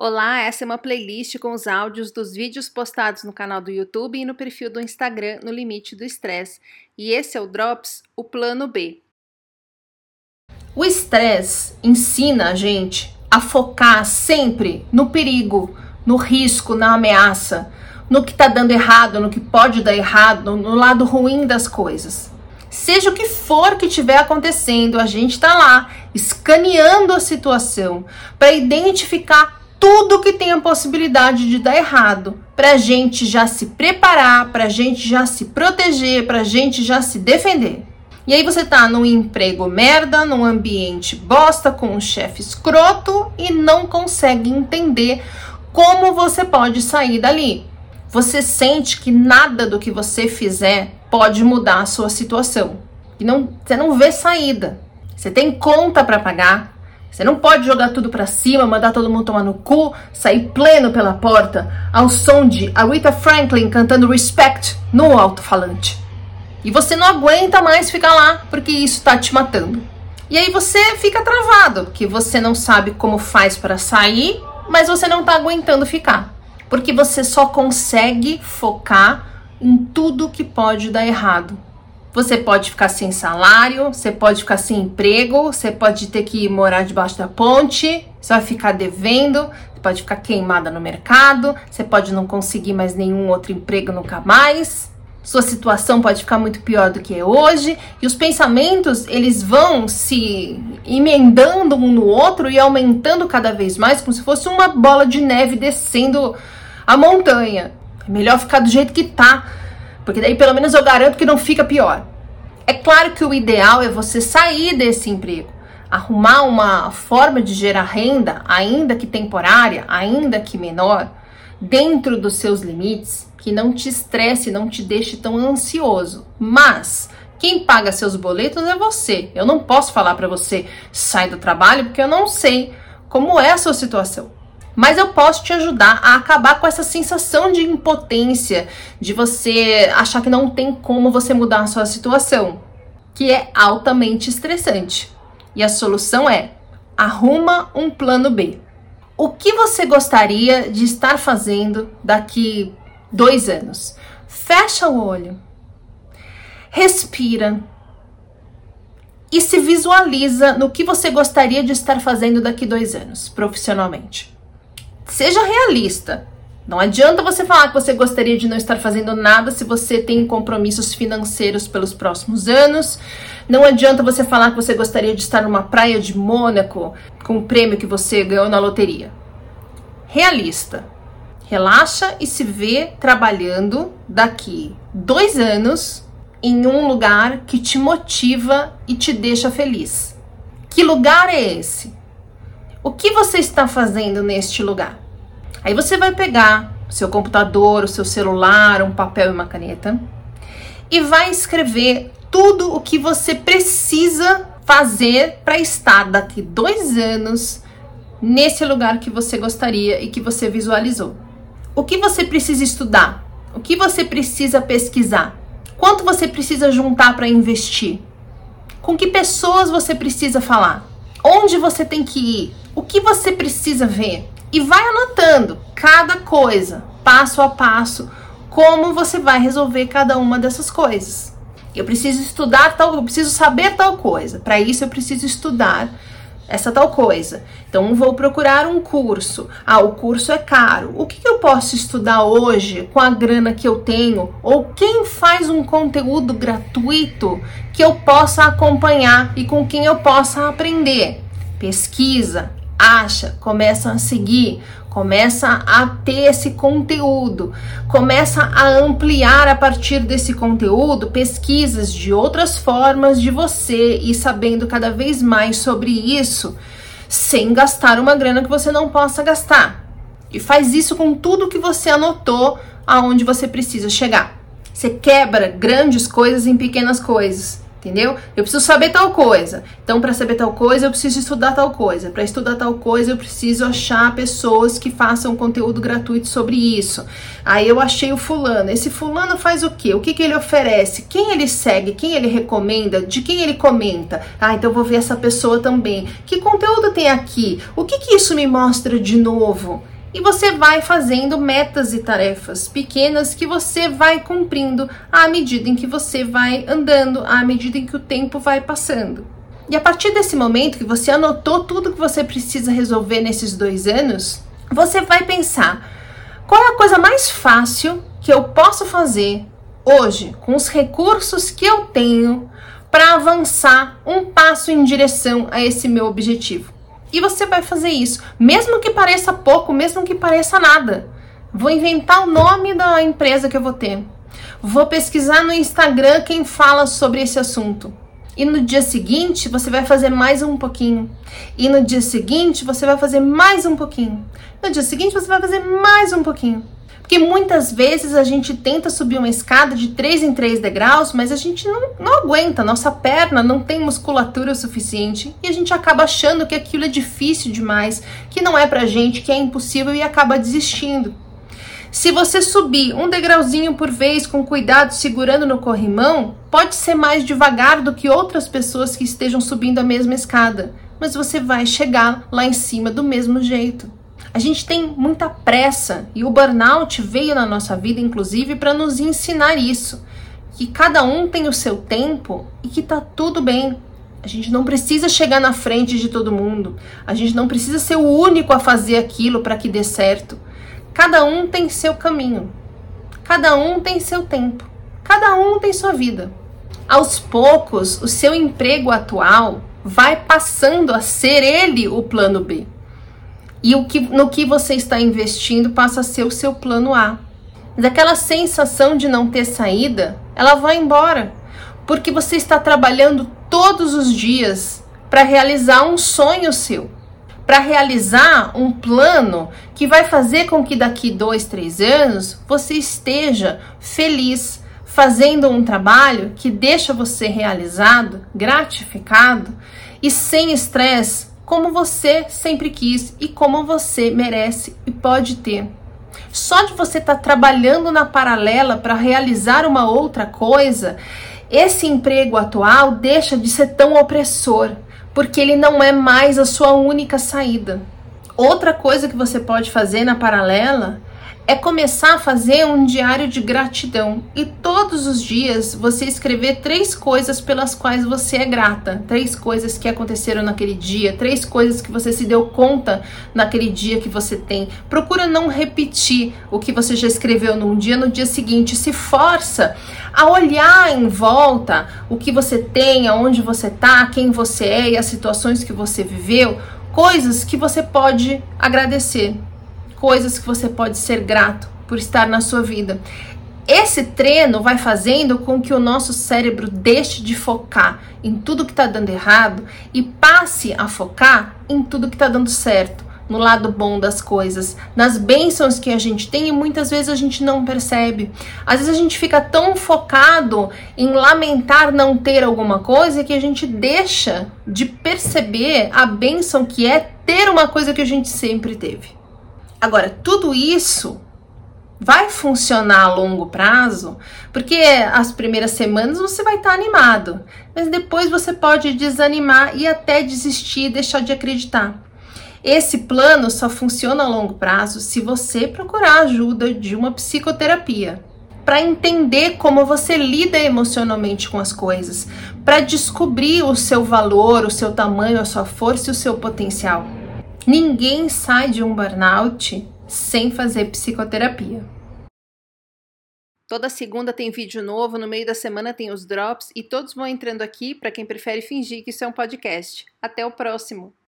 Olá, essa é uma playlist com os áudios dos vídeos postados no canal do YouTube e no perfil do Instagram No Limite do Estresse. E esse é o Drops, o plano B. O estresse ensina a gente a focar sempre no perigo, no risco, na ameaça, no que tá dando errado, no que pode dar errado, no lado ruim das coisas. Seja o que for que estiver acontecendo, a gente tá lá escaneando a situação para identificar tudo que tem a possibilidade de dar errado, pra gente já se preparar, pra gente já se proteger, pra gente já se defender. E aí você tá num emprego merda, num ambiente bosta, com um chefe escroto e não consegue entender como você pode sair dali. Você sente que nada do que você fizer pode mudar a sua situação. E você não vê saída. Você tem conta pra pagar. Você não pode jogar tudo pra cima, mandar todo mundo tomar no cu, sair pleno pela porta, ao som de Aretha Franklin cantando Respect no alto-falante. E você não aguenta mais ficar lá, porque isso tá te matando. E aí você fica travado, porque você não sabe como faz para sair, mas você não tá aguentando ficar. Porque você só consegue focar em tudo que pode dar errado. Você pode ficar sem salário, você pode ficar sem emprego, você pode ter que morar debaixo da ponte, você vai ficar devendo, você pode ficar queimada no mercado, você pode não conseguir mais nenhum outro emprego nunca mais, sua situação pode ficar muito pior do que é hoje, e os pensamentos, eles vão se emendando um no outro e aumentando cada vez mais, como se fosse uma bola de neve descendo a montanha. É melhor ficar do jeito que tá, porque daí pelo menos eu garanto que não fica pior. É claro que o ideal é você sair desse emprego, arrumar uma forma de gerar renda, ainda que temporária, ainda que menor, dentro dos seus limites, que não te estresse, não te deixe tão ansioso. Mas quem paga seus boletos é você. Eu não posso falar para você sair do trabalho porque eu não sei como é a sua situação. Mas eu posso te ajudar a acabar com essa sensação de impotência, de você achar que não tem como você mudar a sua situação, que é altamente estressante. E a solução é: arruma um plano B. O que você gostaria de estar fazendo daqui 2 anos? Fecha o olho, respira e se visualiza no que você gostaria de estar fazendo daqui 2 anos, profissionalmente. Seja realista. Não adianta você falar que você gostaria de não estar fazendo nada se você tem compromissos financeiros pelos próximos anos. Não adianta você falar que você gostaria de estar numa praia de Mônaco com o prêmio que você ganhou na loteria. Realista. Relaxa e se vê trabalhando daqui 2 anos em um lugar que te motiva e te deixa feliz. Que lugar é esse? O que você está fazendo neste lugar? Aí você vai pegar o seu computador, o seu celular, um papel e uma caneta e vai escrever tudo o que você precisa fazer para estar daqui 2 anos nesse lugar que você gostaria e que você visualizou. O que você precisa estudar? O que você precisa pesquisar? Quanto você precisa juntar para investir? Com que pessoas você precisa falar? Onde você tem que ir? O que você precisa ver? E vai anotando cada coisa, passo a passo, como você vai resolver cada uma dessas coisas. Eu preciso estudar eu preciso saber tal coisa. Para isso eu preciso estudar essa tal coisa. Então vou procurar um curso. O curso é caro. O que eu posso estudar hoje com a grana que eu tenho? Ou quem faz um conteúdo gratuito que eu possa acompanhar e com quem eu possa aprender? Pesquisa, acha, começa a seguir, começa a ter esse conteúdo, começa a ampliar a partir desse conteúdo pesquisas de outras formas de você ir sabendo cada vez mais sobre isso, sem gastar uma grana que você não possa gastar. E faz isso com tudo que você anotou aonde você precisa chegar. Você quebra grandes coisas em pequenas coisas. Entendeu? Eu preciso saber tal coisa. Então, para saber tal coisa, eu preciso estudar tal coisa. Para estudar tal coisa, eu preciso achar pessoas que façam conteúdo gratuito sobre isso. Aí eu achei o fulano. Esse fulano faz o quê? O que que ele oferece? Quem ele segue? Quem ele recomenda? De quem ele comenta? Ah, então eu vou ver essa pessoa também. Que conteúdo tem aqui? O que que isso me mostra de novo? E você vai fazendo metas e tarefas pequenas que você vai cumprindo à medida em que você vai andando, à medida em que o tempo vai passando. E a partir desse momento que você anotou tudo que você precisa resolver nesses 2 anos, você vai pensar: qual é a coisa mais fácil que eu posso fazer hoje, com os recursos que eu tenho, para avançar um passo em direção a esse meu objetivo? E você vai fazer isso, mesmo que pareça pouco, mesmo que pareça nada. Vou inventar o nome da empresa que eu vou ter. Vou pesquisar no Instagram quem fala sobre esse assunto. E no dia seguinte, você vai fazer mais um pouquinho. E no dia seguinte, você vai fazer mais um pouquinho. No dia seguinte, você vai fazer mais um pouquinho. Porque muitas vezes a gente tenta subir uma escada de 3 em 3 degraus, mas a gente não aguenta, nossa perna não tem musculatura o suficiente e a gente acaba achando que aquilo é difícil demais, que não é pra gente, que é impossível e acaba desistindo. Se você subir um degrauzinho por vez com cuidado, segurando no corrimão, pode ser mais devagar do que outras pessoas que estejam subindo a mesma escada, mas você vai chegar lá em cima do mesmo jeito. A gente tem muita pressa e o burnout veio na nossa vida, inclusive, para nos ensinar isso. Que cada um tem o seu tempo e que tá tudo bem. A gente não precisa chegar na frente de todo mundo. A gente não precisa ser o único a fazer aquilo para que dê certo. Cada um tem seu caminho. Cada um tem seu tempo. Cada um tem sua vida. Aos poucos, o seu emprego atual vai passando a ser ele o plano B. E no que você está investindo passa a ser o seu plano A. Mas aquela sensação de não ter saída, ela vai embora. Porque você está trabalhando todos os dias para realizar um sonho seu. Para realizar um plano que vai fazer com que daqui 2, 3 anos você esteja feliz, fazendo um trabalho que deixa você realizado, gratificado e sem estresse, como você sempre quis e como você merece e pode ter. Só de você estar trabalhando na paralela para realizar uma outra coisa, esse emprego atual deixa de ser tão opressor, porque ele não é mais a sua única saída. Outra coisa que você pode fazer na paralela é começar a fazer um diário de gratidão e todos os dias você escrever 3 coisas pelas quais você é grata, 3 coisas que aconteceram naquele dia, 3 coisas que você se deu conta naquele dia que você tem. Procura não repetir o que você já escreveu num dia no dia seguinte, se força a olhar em volta o que você tem, aonde você tá, quem você é e as situações que você viveu, coisas que você pode agradecer. Coisas que você pode ser grato por estar na sua vida. Esse treino vai fazendo com que o nosso cérebro deixe de focar em tudo que está dando errado e passe a focar em tudo que está dando certo, no lado bom das coisas, nas bênçãos que a gente tem e muitas vezes a gente não percebe. Às vezes a gente fica tão focado em lamentar não ter alguma coisa que a gente deixa de perceber a bênção que é ter uma coisa que a gente sempre teve. Agora, tudo isso vai funcionar a longo prazo, porque as primeiras semanas você vai estar animado, mas depois você pode desanimar e até desistir, deixar de acreditar. Esse plano só funciona a longo prazo se você procurar a ajuda de uma psicoterapia, para entender como você lida emocionalmente com as coisas, para descobrir o seu valor, o seu tamanho, a sua força e o seu potencial. Ninguém sai de um burnout sem fazer psicoterapia. Toda segunda tem vídeo novo, no meio da semana tem os drops e todos vão entrando aqui para quem prefere fingir que isso é um podcast. Até o próximo!